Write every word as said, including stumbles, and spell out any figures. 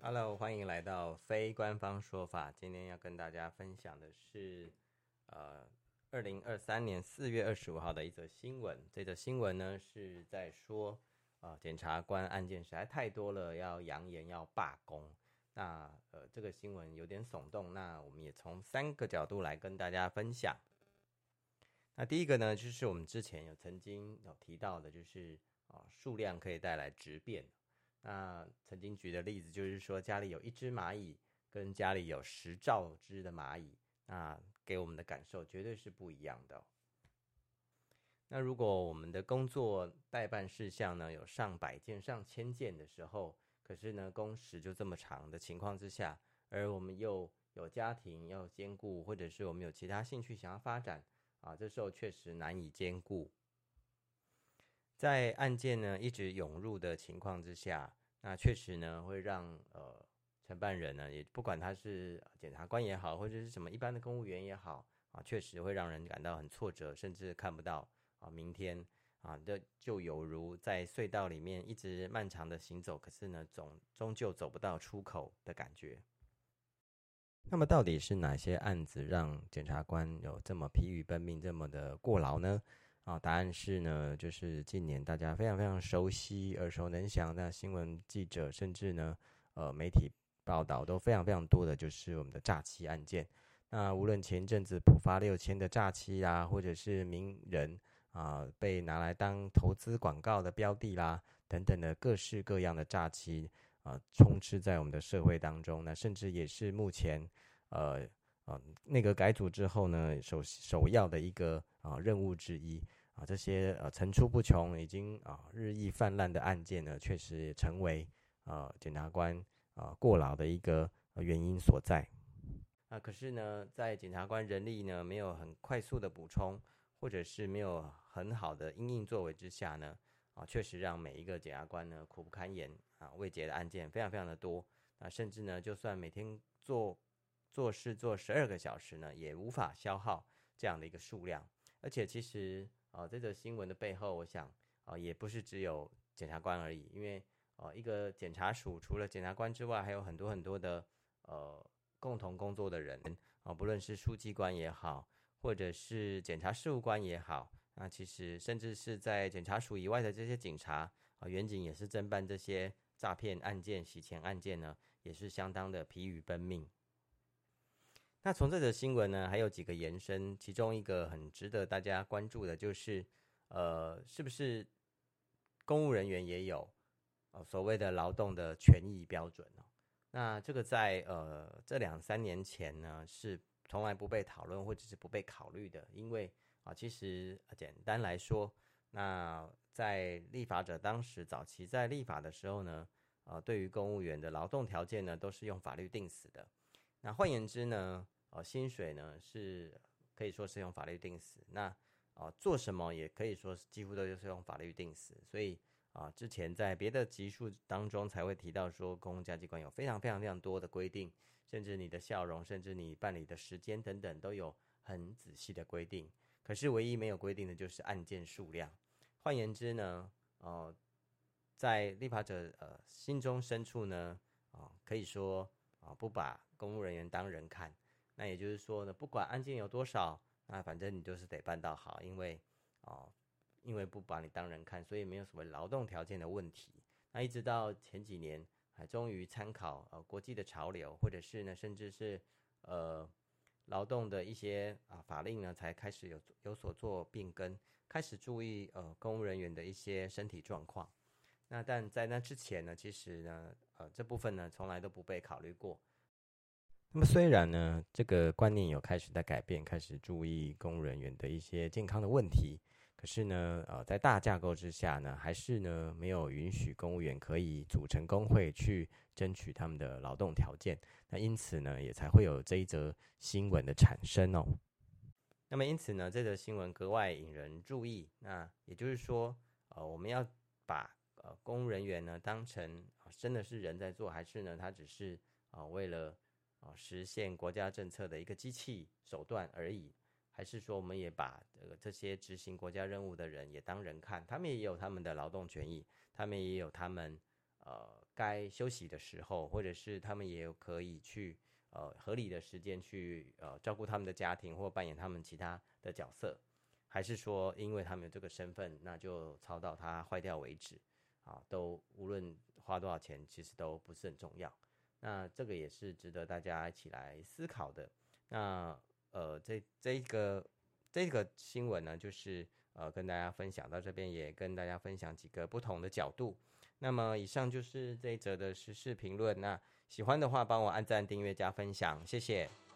Hello，欢迎来到非官方说法。今天要跟大家分享的是，呃，二零二三年四月二十五号的一则新闻。这则新闻呢是在说，呃，检察官案件实在太多了，要扬言要罢工。那呃，这个新闻有点耸动，那我们也从三个角度来跟大家分享。那第一个呢，就是我们之前有曾经有提到的，就是啊、呃，数量可以带来质变。那曾经举的例子就是说，家里有一只蚂蚁，跟家里有十兆只的蚂蚁，那给我们的感受绝对是不一样的哦。那如果我们的工作代办事项呢有上百件、上千件的时候，可是呢工时就这么长的情况之下，而我们又有家庭要兼顾，或者是我们有其他兴趣想要发展啊，这时候确实难以兼顾。在案件呢一直涌入的情况之下，那确实呢会让呃承办人呢，也不管他是检察官也好，或者是什么一般的公务员也好啊，确实会让人感到很挫折，甚至看不到啊明天啊，这就有如在隧道里面一直漫长的行走，可是呢总终究走不到出口的感觉。那么到底是哪些案子让检察官有这么疲于奔命，这么的过劳呢？啊，答案是呢，就是近年大家非常非常熟悉、耳熟能详，那新闻记者甚至呢，呃，媒体报道都非常非常多的，就是我们的诈欺案件。那无论前阵子普发六千的诈欺啦，或者是名人啊、呃、被拿来当投资广告的标的啦，等等的各式各样的诈欺啊、呃，充斥在我们的社会当中。那甚至也是目前呃呃内阁改组之后呢，首首要的一个啊、呃、任务之一。啊，这些呃层出不穷、已经啊日益泛滥的案件呢，确实也成为呃检察官啊、呃、过劳的一个、呃、原因所在。啊，可是呢，在检察官人力呢没有很快速的补充，或者是没有很好的因应作为之下呢，啊，确实让每一个检察官呢苦不堪言啊，未结的案件非常非常的多。啊，甚至呢，就算每天做做事做十二个小时呢，也无法消耗这样的一个数量。而且其实啊、呃，这则新闻的背后，我想啊、呃，也不是只有检察官而已，因为呃，一个检察署除了检察官之外，还有很多很多的呃共同工作的人啊、呃，不论是书记官也好，或者是检察事务官也好，那其实甚至是在检察署以外的这些警察啊、呃，远警也是侦办这些诈骗案件、洗钱案件呢，也是相当的疲于奔命。那从这则新闻呢，还有几个延伸，其中一个很值得大家关注的就是，呃，是不是公务人员也有呃所谓的劳动的权益标准哦？那这个在呃这两三年前呢，是从来不被讨论或者是不被考虑的，因为啊、呃，其实简单来说，那在立法者当时早期在立法的时候呢，呃，对于公务员的劳动条件呢，都是用法律定死的。那换言之呢，呃，薪水呢是可以说是用法律定死，那呃做什么也可以说几乎都就是用法律定死，所以啊、呃，之前在别的集数当中才会提到说，公共家机关有非常非常非常多的规定，甚至你的笑容，甚至你办理的时间等等都有很仔细的规定。可是唯一没有规定的就是案件数量。换言之呢，呃，在立法者呃心中深处呢，啊、呃，可以说啊、呃、不把公务人员当人看。那也就是说呢，不管案件有多少，那反正你就是得办到好，因为哦、呃，因为不把你当人看，所以没有所谓劳动条件的问题。那一直到前几年，还终于参考呃国际的潮流，或者是呢，甚至是呃劳动的一些啊法令呢，才开始有有所做变更，开始注意呃公务人员的一些身体状况。那但在那之前呢，其实呢，呃这部分呢从来都不被考虑过。那么虽然呢，这个观念有开始在改变，开始注意公务人员的一些健康的问题，可是呢，呃，在大架构之下呢，还是呢没有允许公务员可以组成工会去争取他们的劳动条件。那因此呢，也才会有这一则新闻的产生哦。那么因此呢，这则新闻格外引人注意。那也就是说，呃，我们要把呃公务人员呢当成、呃、真的是人在做，还是呢他只是啊、呃、为了啊、呃、实现国家政策的一个机器手段而已？还是说我们也把呃这些执行国家任务的人也当人看？他们也有他们的劳动权益，他们也有他们呃该休息的时候，或者是他们也有可以去呃合理的时间去呃照顾他们的家庭或扮演他们其他的角色，还是说因为他们有这个身份，那就操到它坏掉为止啊？都无论花多少钱，其实都不是很重要。那这个也是值得大家一起来思考的。那呃，这这个这个新闻呢，就是呃跟大家分享到这边，也跟大家分享几个不同的角度。那么以上就是这一则的时事评论。那喜欢的话，帮我按赞、订阅、加分享，谢谢。